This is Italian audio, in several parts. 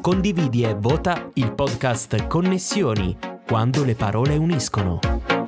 Condividi e vota il podcast Connessioni, quando le parole uniscono.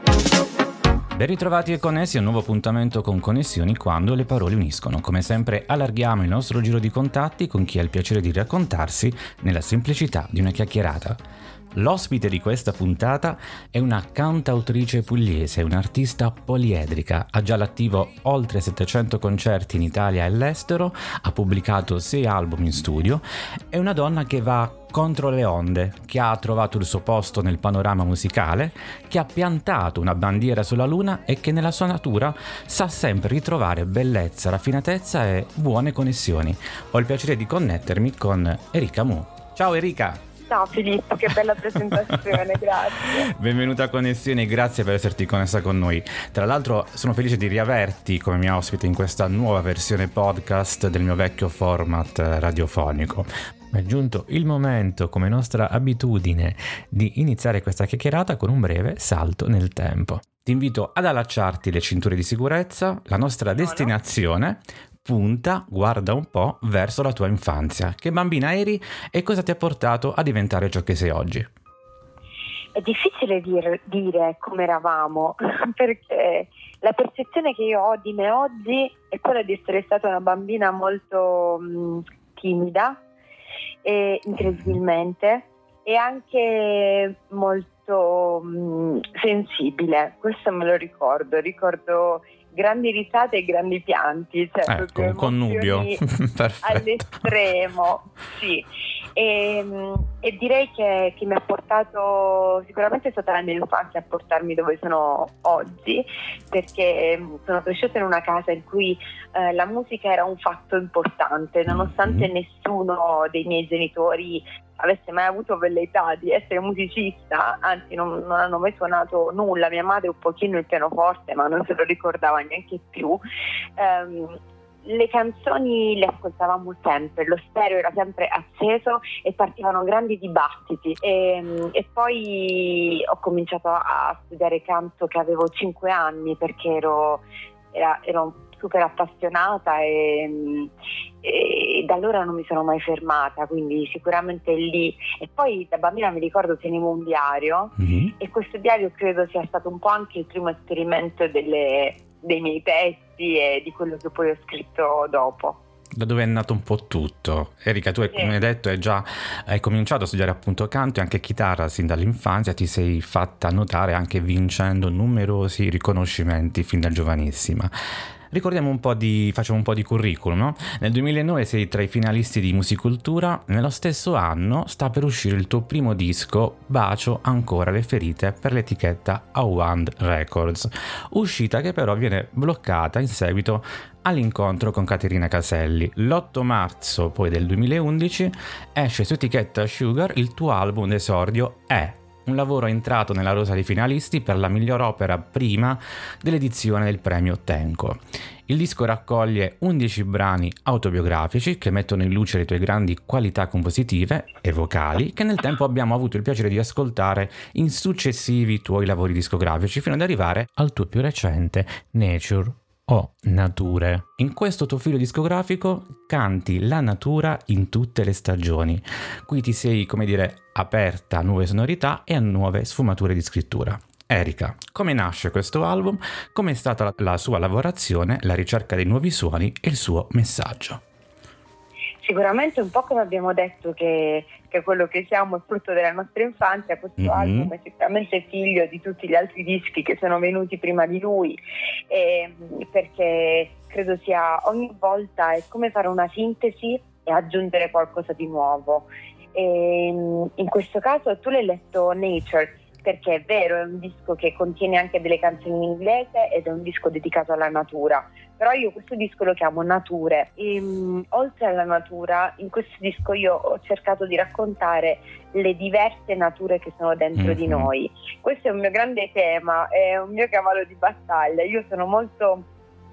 Ben ritrovati e connessi a un nuovo appuntamento con Connessioni quando le parole uniscono. Come sempre allarghiamo il nostro giro di contatti con chi ha il piacere di raccontarsi nella semplicità di una chiacchierata. L'ospite di questa puntata è una cantautrice pugliese, un'artista poliedrica, ha già all'attivo oltre 700 concerti in Italia e all'estero, ha pubblicato 6 album in studio, è una donna che va contro le onde, che ha trovato il suo posto nel panorama musicale, che ha piantato una bandiera sulla luna e che nella sua natura sa sempre ritrovare bellezza, raffinatezza e buone connessioni. Ho il piacere di connettermi con Erika Mu. Ciao Erika! Ciao Filippo, che bella presentazione, grazie. Benvenuta a Connessioni e grazie per esserti connessa con noi. Tra l'altro sono felice di riaverti come mia ospite in questa nuova versione podcast del mio vecchio format radiofonico. È giunto il momento, come nostra abitudine, di iniziare questa chiacchierata con un breve salto nel tempo. Ti invito ad allacciarti le cinture di sicurezza, la nostra destinazione punta, guarda un po', verso la tua infanzia. Che bambina eri e cosa ti ha portato a diventare ciò che sei oggi? È difficile dire come eravamo, perché la percezione che io ho di me oggi è quella di essere stata una bambina molto timida, e incredibilmente, e anche molto sensibile. Questo me lo ricordo grandi risate e grandi pianti, cioè con connubio all'estremo, sì. E direi che mi ha portato, sicuramente è stata la mia infanzia a portarmi dove sono oggi, perché sono cresciuta in una casa in cui la musica era un fatto importante, nonostante nessuno dei miei genitori avesse mai avuto velleità di essere musicista, anzi non hanno mai suonato nulla. Mia madre un pochino il pianoforte, ma non se lo ricordava neanche più. Le canzoni le ascoltavamo sempre, lo stereo era sempre acceso e partivano grandi dibattiti, e poi ho cominciato a studiare canto che avevo 5 anni, perché ero super appassionata e da allora non mi sono mai fermata, quindi sicuramente lì. E poi da bambina mi ricordo tenevo un diario, e questo diario credo sia stato un po' anche il primo esperimento dei miei testi e di quello che poi ho scritto dopo. Da dove è nato un po' tutto. Erika, tu come hai detto hai cominciato a studiare appunto canto e anche chitarra sin dall'infanzia, ti sei fatta notare anche vincendo numerosi riconoscimenti fin da giovanissima. Facciamo un po' di curriculum, no? Nel 2009 sei tra i finalisti di Musicultura, nello stesso anno sta per uscire il tuo primo disco, Bacio ancora le ferite, per l'etichetta Awand Records, uscita che però viene bloccata in seguito all'incontro con Caterina Caselli. L'8 marzo poi del 2011 esce su etichetta Sugar il tuo album d'esordio un lavoro entrato nella rosa dei finalisti per la miglior opera prima dell'edizione del premio Tenco. Il disco raccoglie 11 brani autobiografici che mettono in luce le tue grandi qualità compositive e vocali, che nel tempo abbiamo avuto il piacere di ascoltare in successivi tuoi lavori discografici, fino ad arrivare al tuo più recente Nature o Nature. In questo tuo filo discografico canti la natura in tutte le stagioni. Qui ti sei, aperta a nuove sonorità e a nuove sfumature di scrittura. Erika, come nasce questo album? Come è stata la sua lavorazione, la ricerca dei nuovi suoni e il suo messaggio? Sicuramente un po' come abbiamo detto che quello che siamo è frutto della nostra infanzia, questo album è sicuramente figlio di tutti gli altri dischi che sono venuti prima di lui, perché credo sia ogni volta è come fare una sintesi e aggiungere qualcosa di nuovo. In questo caso tu l'hai letto Nature, perché è vero, è un disco che contiene anche delle canzoni in inglese ed è un disco dedicato alla natura, però io questo disco lo chiamo Nature. Oltre alla natura, in questo disco io ho cercato di raccontare le diverse nature che sono dentro di noi. Questo è un mio grande tema, è un mio cavallo di battaglia. Io sono molto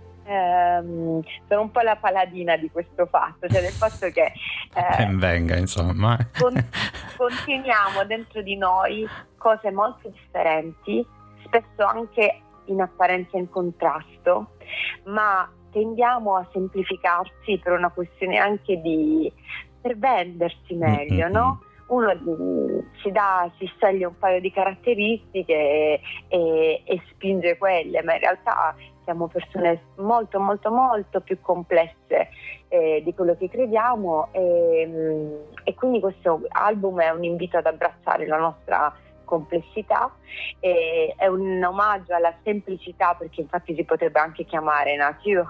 sono un po' la paladina di questo fatto, cioè del fatto che ben venga, insomma, conteniamo dentro di noi cose molto differenti, spesso anche in apparenza in contrasto, ma tendiamo a semplificarci per una questione anche di per vendersi meglio, no? Uno si sceglie un paio di caratteristiche e spinge quelle, ma in realtà siamo persone molto molto molto più complesse di quello che crediamo, e quindi questo album è un invito ad abbracciare la nostra complessità, è un omaggio alla semplicità, perché infatti si potrebbe anche chiamare nature,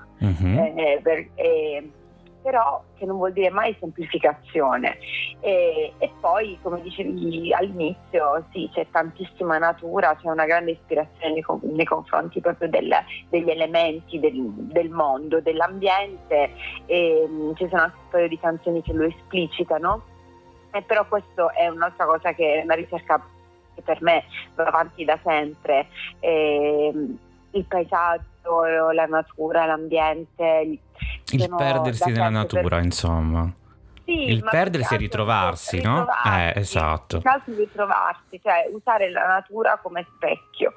però che non vuol dire mai semplificazione, e poi, come dicevi all'inizio, sì, c'è tantissima natura, c'è una grande ispirazione nei confronti proprio degli elementi del mondo, dell'ambiente, e ci sono anche un paio di canzoni che lo esplicitano, e però questo è un'altra cosa, che è una ricerca che per me va avanti da sempre, il paesaggio, la natura, l'ambiente, il perdersi nella natura, insomma. Sì, il perdersi e ritrovarsi, no? Esatto. Ritrovarsi, cioè usare la natura come specchio,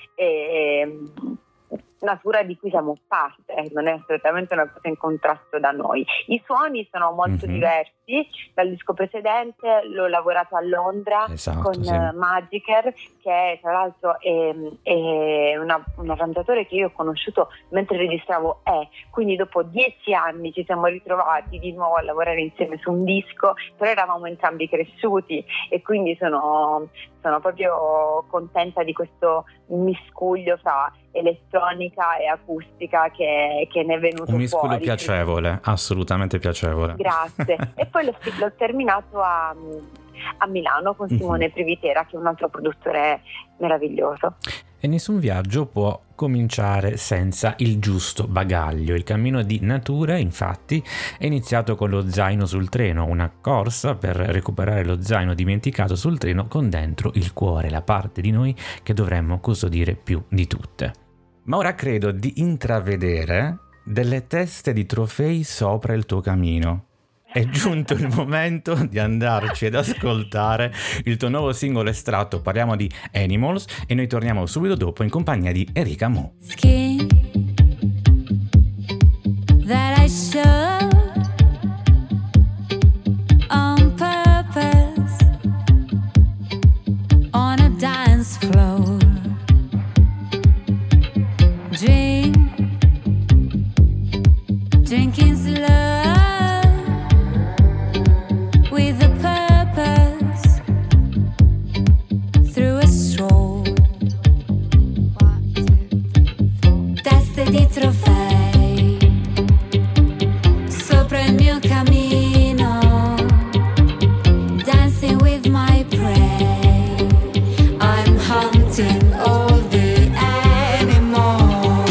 natura di cui siamo parte, non è assolutamente una cosa in contrasto da noi. I suoni sono molto diversi dal disco precedente, l'ho lavorato a Londra, con Magiker, che tra l'altro è un arrangiatore che io ho conosciuto mentre registravo quindi dopo 10 anni ci siamo ritrovati di nuovo a lavorare insieme su un disco, però eravamo entrambi cresciuti, e quindi sono proprio contenta di questo miscuglio fra elettronica e acustica che ne è venuto fuori. Un miscuglio piacevole, assolutamente piacevole. Grazie. E poi l'ho terminato a Milano con Simone Privitera, che è un altro produttore meraviglioso. E nessun viaggio può cominciare senza il giusto bagaglio. Il cammino di Natura, infatti, è iniziato con lo zaino sul treno, una corsa per recuperare lo zaino dimenticato sul treno con dentro il cuore, la parte di noi che dovremmo custodire più di tutte. Ma ora credo di intravedere delle teste di trofei sopra il tuo camino. È giunto il momento di andarci ad ascoltare il tuo nuovo singolo estratto, parliamo di Animals, e noi torniamo subito dopo in compagnia di Erika Mu. Skin that I show on purpose on a dance floor. Drinking slow with a purpose through a stroll. 1, 2, 3, 4. Teste di trofei sopra il mio camino, dancing with my prey. I'm hunting all the animals.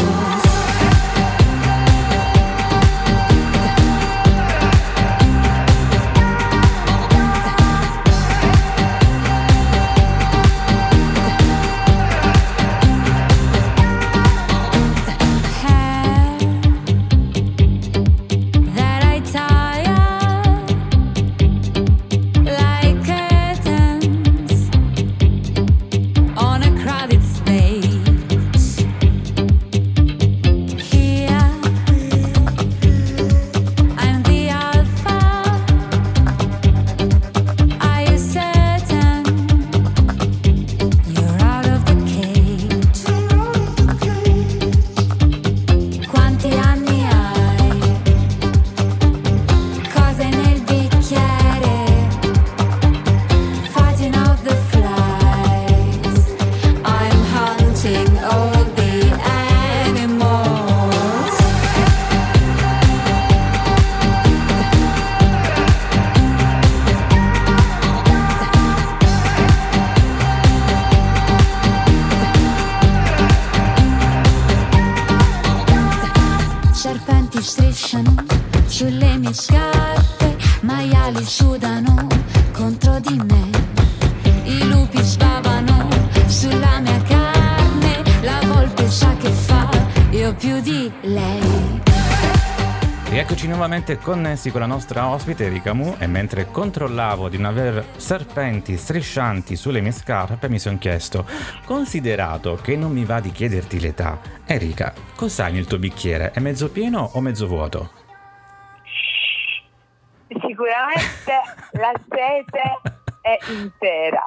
Serpenti strisciano sulle mie scarpe, maiali sudano contro di me, i lupi sbavano sulla mia carne, la volpe sa che fa, io più di lei. Rieccoci nuovamente connessi con la nostra ospite Erika Mu, e mentre controllavo di non aver serpenti striscianti sulle mie scarpe mi sono chiesto, considerato che non mi va di chiederti l'età, Erika, cos'hai nel tuo bicchiere? È mezzo pieno o mezzo vuoto? sicuramente la sete è intera.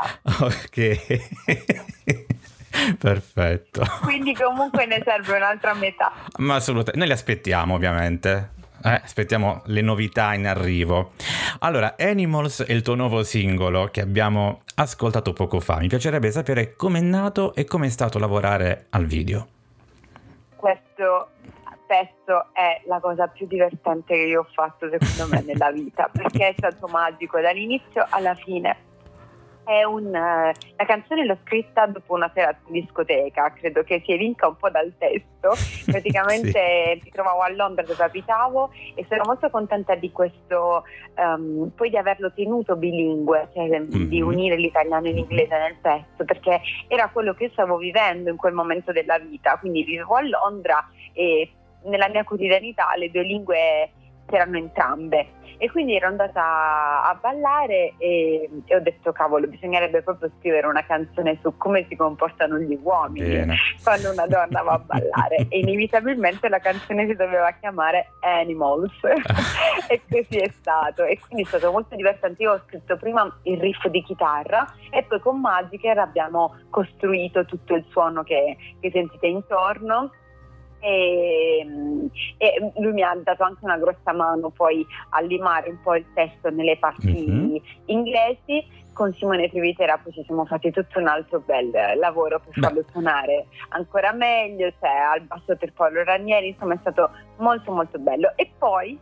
Ok. Perfetto. Quindi comunque ne serve un'altra metà. Ma assolutamente, noi le aspettiamo ovviamente. Aspettiamo le novità in arrivo. Allora, Animals è il tuo nuovo singolo che abbiamo ascoltato poco fa. Mi piacerebbe sapere com'è nato e com'è stato lavorare al video. Questo pezzo è la cosa più divertente che io ho fatto secondo me nella vita, perché è stato magico dall'inizio alla fine. La canzone l'ho scritta dopo una serata in discoteca, credo che si evinca un po' dal testo. Praticamente mi trovavo a Londra dove abitavo e sono molto contenta di questo, poi di averlo tenuto bilingue, cioè di unire l'italiano e l'inglese nel pezzo, perché era quello che stavo vivendo in quel momento della vita. Quindi vivevo a Londra e nella mia quotidianità le due lingue c'erano entrambe, e quindi ero andata a ballare e ho detto cavolo, bisognerebbe proprio scrivere una canzone su come si comportano gli uomini quando una donna va a ballare, e inevitabilmente la canzone si doveva chiamare Animals e così è stato, e quindi è stato molto divertente. Io ho scritto prima il riff di chitarra e poi con Magiker abbiamo costruito tutto il suono che sentite intorno. E lui mi ha dato anche una grossa mano poi a limare un po' il testo nelle parti inglesi. Con Simone Trivitera poi ci siamo fatti tutto un altro bel lavoro per farlo suonare ancora meglio, cioè al basso per Paolo Ranieri, insomma è stato molto molto bello. E poi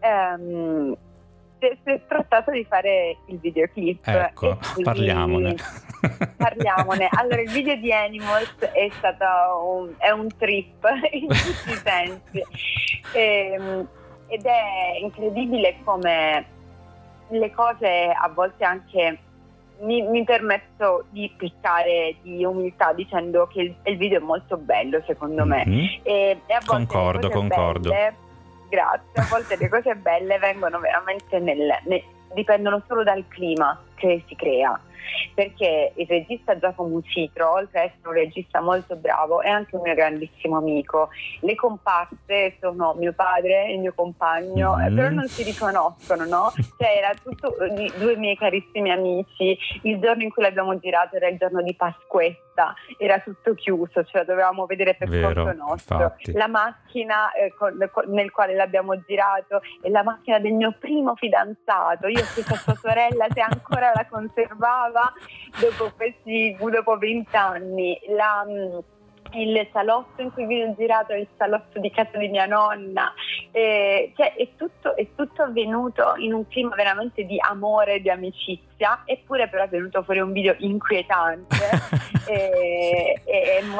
si è trattato di fare il videoclip. Ecco, parliamone. Allora, il video di Animals è stato un trip in tutti i sensi, ed è incredibile come le cose a volte anche mi permetto di piccare di umiltà dicendo che il video è molto bello secondo me, e a volte concordo. Grazie, a volte le cose belle vengono veramente dipendono solo dal clima che si crea, perché il regista Giacomo Citro, oltre ad essere un regista molto bravo, è anche un mio grandissimo amico. Le comparse sono mio padre e il mio compagno, però non si riconoscono, no? Cioè era tutto due miei carissimi amici. Il giorno in cui l'abbiamo girato era il giorno di Pasquetta, era tutto chiuso, cioè dovevamo vedere per conto nostro. Infatti. La macchina nel quale l'abbiamo girato è la macchina del mio primo fidanzato. Io ho chiesto a sua sorella se ancora la conservava dopo 20 anni. Il salotto in cui vi ho girato è il salotto di casa di mia nonna, cioè è tutto avvenuto in un clima veramente di amore e di amicizia, eppure però è venuto fuori un video inquietante e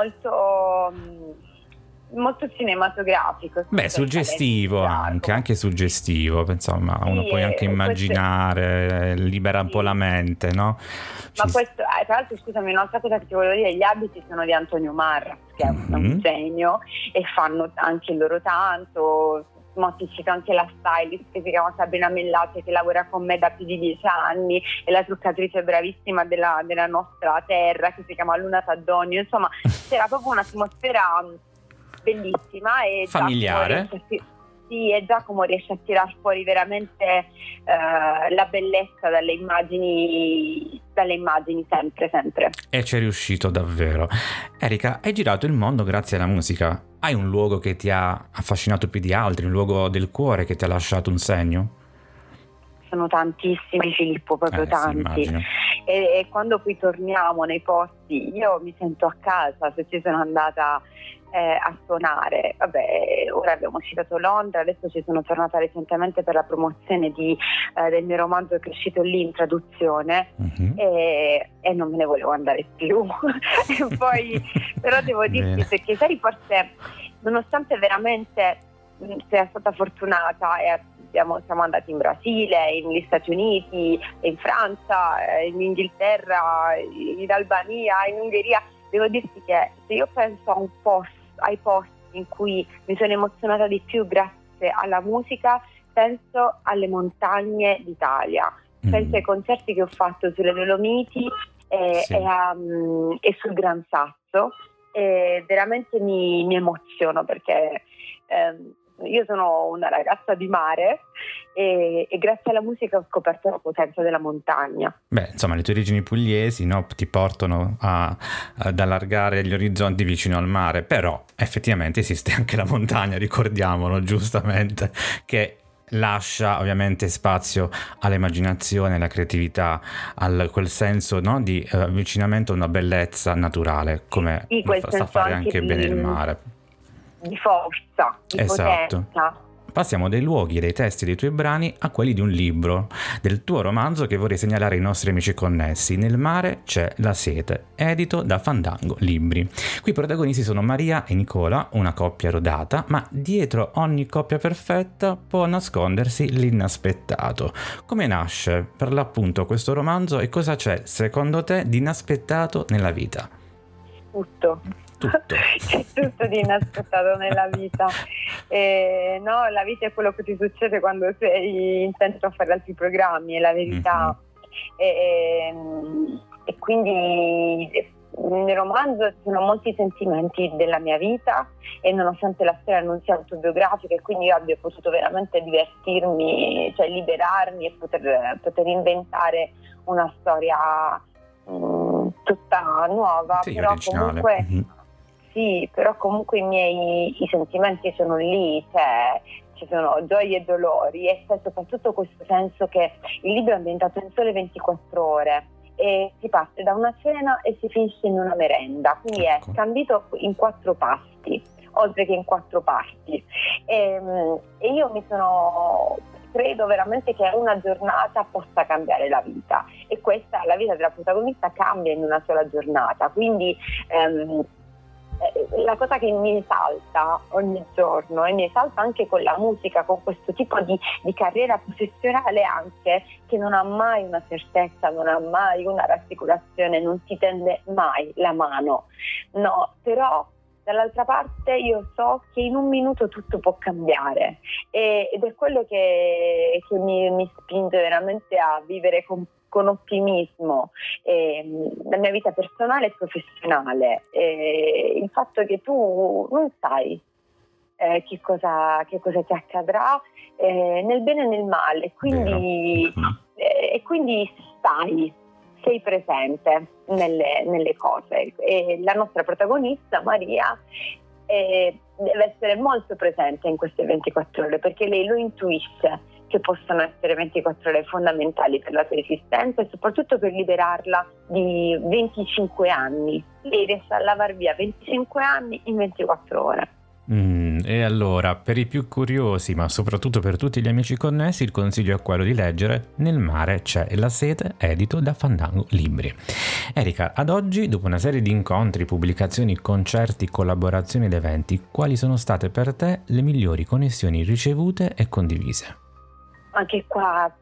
molto cinematografico. Beh, suggestivo anche suggestivo, insomma, uno può anche immaginare, libera un po' la mente, no? Ma questo, tra l'altro, scusami, un'altra cosa che ti volevo dire, gli abiti sono di Antonio Marra, che è un genio, e fanno anche loro tanto. Ho citato anche la stylist che si chiama Sabrina Mellate, che lavora con me da più di 10 anni, e la truccatrice bravissima della nostra terra, che si chiama Luna Taddonio. Insomma, c'era proprio un'atmosfera bellissima e familiare. E Giacomo riesce a tirar fuori veramente la bellezza dalle immagini sempre. E ci è riuscito davvero. Erika, hai girato il mondo grazie alla musica. Hai un luogo che ti ha affascinato più di altri, un luogo del cuore che ti ha lasciato un segno? Sono tantissimi, Filippo, proprio tanti. E quando poi torniamo nei posti, io mi sento a casa. Se ci sono andata a suonare, ora abbiamo citato Londra, adesso ci sono tornata recentemente per la promozione del mio romanzo che è uscito lì in traduzione, e non me ne volevo andare più. E poi però devo dirti, perché sai, forse nonostante veramente sia stata fortunata e siamo andati in Brasile, negli Stati Uniti, in Francia, in Inghilterra, in Albania, in Ungheria, devo dirti che se io penso ai posti in cui mi sono emozionata di più grazie alla musica, penso alle montagne d'Italia, penso ai concerti che ho fatto sulle Dolomiti e sul Gran Sasso, e veramente mi emoziono, perché io sono una ragazza di mare e grazie alla musica ho scoperto la potenza della montagna. Beh, insomma, le tue origini pugliesi, no, ti portano ad allargare gli orizzonti vicino al mare, però effettivamente esiste anche la montagna, ricordiamolo giustamente, che lascia ovviamente spazio all'immaginazione, alla creatività, quel senso, no, di avvicinamento a una bellezza naturale, come sa fare anche bene il mare. Di forza, di potenza. Passiamo dai luoghi e dai testi dei tuoi brani a quelli di un libro, del tuo romanzo che vorrei segnalare ai nostri amici connessi. Nel mare c'è la sete, edito da Fandango Libri. Qui i protagonisti sono Maria e Nicola, una coppia rodata, ma dietro ogni coppia perfetta può nascondersi l'inaspettato. Come nasce per l'appunto questo romanzo e cosa c'è secondo te di inaspettato nella vita? Tutto. C'è tutto di inaspettato nella vita. No, la vita è quello che ti succede quando sei intento a fare altri programmi, è la verità. E quindi nel romanzo ci sono molti sentimenti della mia vita e nonostante la storia non sia autobiografica e quindi io abbia potuto veramente divertirmi, cioè liberarmi e poter inventare una storia tutta nuova, sì, però originale. Comunque sì, però comunque i sentimenti sono lì, cioè ci sono gioie e dolori e c'è soprattutto questo senso che il libro è ambientato in sole 24 ore e si parte da una cena e si finisce in una merenda, quindi è scandito in 4 pasti, oltre che in 4 parti. E io credo veramente che una giornata possa cambiare la vita e questa, la vita della protagonista cambia in una sola giornata, quindi la cosa che mi esalta ogni giorno e mi esalta anche con la musica, con questo tipo di carriera professionale anche, che non ha mai una certezza, non ha mai una rassicurazione, non ti tende mai la mano, no, però dall'altra parte io so che in un minuto tutto può cambiare ed è quello che mi spinge veramente a vivere con ottimismo la mia vita personale e professionale. Il fatto che tu non sai che cosa ti accadrà nel bene e nel male, quindi sei presente nelle cose e la nostra protagonista Maria deve essere molto presente in queste 24 ore perché lei lo intuisce che possono essere 24 ore fondamentali per la sua esistenza e soprattutto per liberarla di 25 anni. Lei riesce a lavar via 25 anni in 24 ore. E allora, per i più curiosi, ma soprattutto per tutti gli amici connessi, il consiglio è quello di leggere Nel mare c'è la sete, edito da Fandango Libri. Erika, ad oggi, dopo una serie di incontri, pubblicazioni, concerti, collaborazioni ed eventi, quali sono state per te le migliori connessioni ricevute e condivise? Anche qua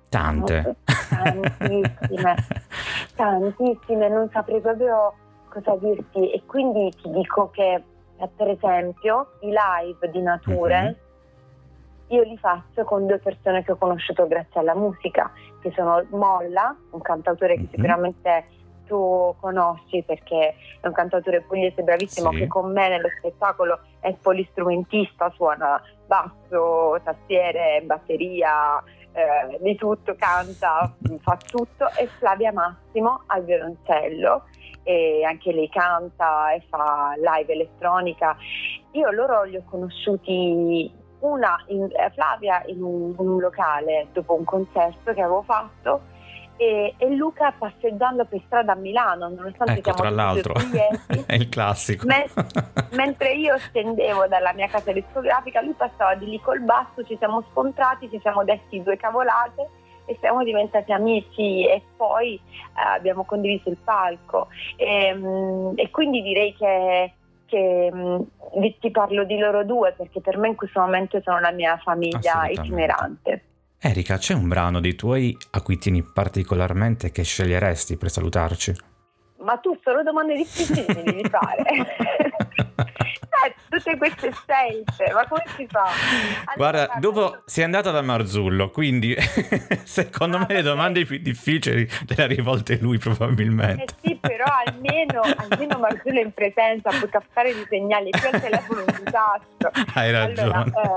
tantissime, non saprei proprio cosa dirti e quindi ti dico che per esempio i live di Nature io li faccio con 2 persone che ho conosciuto grazie alla musica, che sono Molla, un cantautore che sicuramente tu conosci perché è un cantautore pugliese bravissimo, che con me nello spettacolo è polistrumentista, suona basso, tastiere, batteria, di tutto, canta, fa tutto, e Flavia Massimo al violoncello, e anche lei canta e fa live elettronica. Io loro li ho conosciuti, Flavia in un locale dopo un concerto che avevo fatto e Luca passeggiando per strada a Milano, nonostante siamo tra l'altro è il classico. Mentre io scendevo dalla mia casa discografica, lui passava di lì col basso, ci siamo scontrati, ci siamo detti 2 cavolate e siamo diventati amici e poi abbiamo condiviso il palco e quindi direi che ti parlo di loro 2 perché per me in questo momento sono la mia famiglia itinerante. Erika, c'è un brano dei tuoi a cui tieni particolarmente che sceglieresti per salutarci? Ma tu solo domande difficili mi devi fare. Tutte queste scelte, ma come si fa? Allora, guarda, dopo sei andata da Marzullo, quindi secondo me le domande più difficili te le ha rivolte lui probabilmente. Sì, però almeno Marzullo è in presenza, può captare i segnali, più al telefono un disastro. Hai ragione. Allora,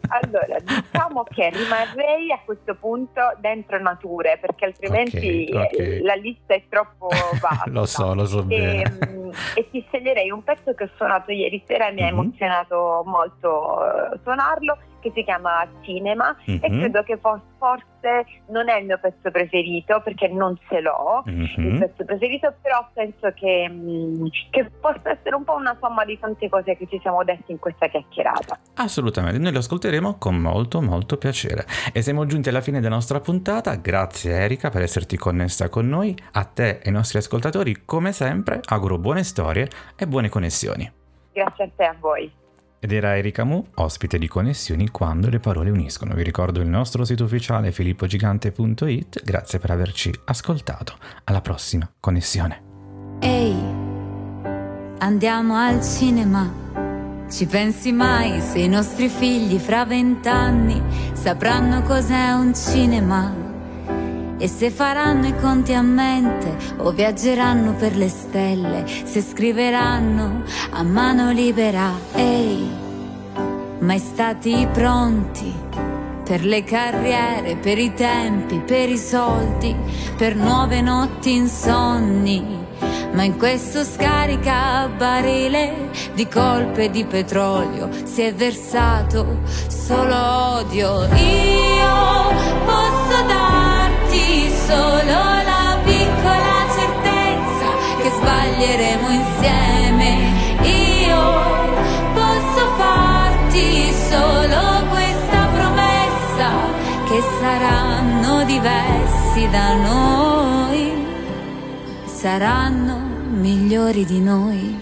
Allora, diciamo che rimarrei a questo punto dentro nature, perché altrimenti Ok. la lista è troppo vasta. Lo so bene. E ti sceglierei un pezzo che ho suonato ieri sera e mi ha emozionato molto suonarlo, che si chiama Cinema, e credo che forse non è il mio pezzo preferito, perché non ce l'ho il pezzo preferito, però penso che possa essere un po' una somma di tante cose che ci siamo detti in questa chiacchierata. Assolutamente, noi lo ascolteremo con molto molto piacere. E siamo giunti alla fine della nostra puntata. Grazie Erika per esserti connessa con noi. A te e ai nostri ascoltatori, come sempre, auguro buone storie e buone connessioni. Grazie a te e a voi. Ed era Erika Mu, ospite di Connessioni quando le parole uniscono. Vi ricordo il nostro sito ufficiale filippogigante.it. Grazie per averci ascoltato. Alla prossima connessione. Ehi, andiamo al cinema. Ci pensi mai se i nostri figli fra 20 anni sapranno cos'è un cinema? E se faranno i conti a mente o viaggeranno per le stelle, se scriveranno a mano libera. Ehi, mai stati pronti per le carriere, per i tempi, per i soldi, per nuove notti insonni? Ma in questo scaricabarile di colpe di petrolio si è versato solo odio. Io posso darti solo la piccola certezza che sbaglieremo insieme. Io posso farti solo questa promessa, che saranno diversi da noi, saranno migliori di noi.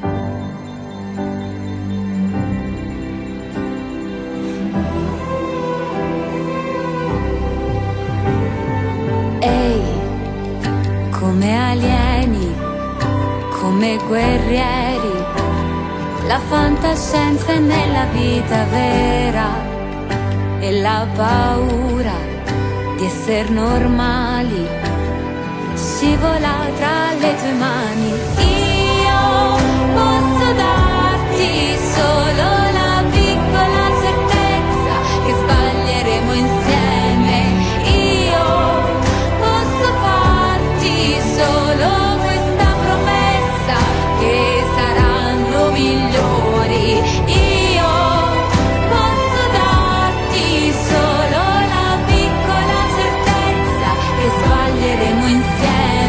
Ehi, come alieni, come guerrieri, la fantascienza è nella vita vera e la paura di essere normali scivola tra le tue mani. Io posso darti solo la piccola certezza che sbaglieremo insieme. Io posso farti solo questa promessa, che saranno migliori. Io posso darti solo la piccola certezza che sbaglieremo insieme.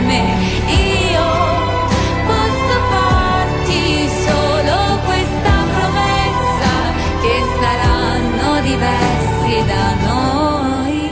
Diversi da noi,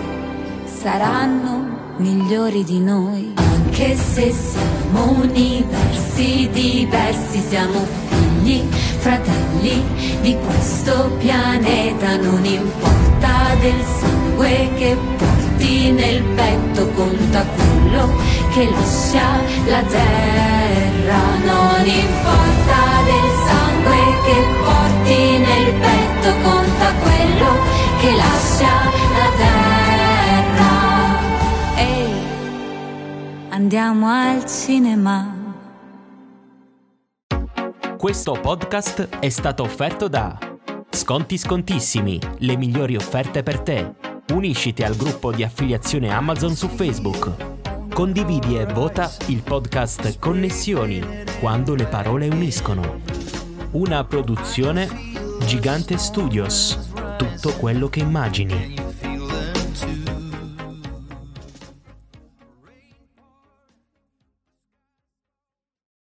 saranno migliori di noi. Anche se siamo universi diversi, siamo figli, fratelli di questo pianeta. Non importa del sangue che porti nel petto, conta quello che lascia la terra. Non importa del sangue che porti nel petto, conta quello che lascia la terra. Ehi, andiamo al cinema. Questo podcast è stato offerto da Sconti Scontissimi, le migliori offerte per te. Unisciti al gruppo di affiliazione Amazon su Facebook. Condividi e vota il podcast Connessioni, quando le parole uniscono. Una produzione Gigante Studios. Tutto quello che immagini.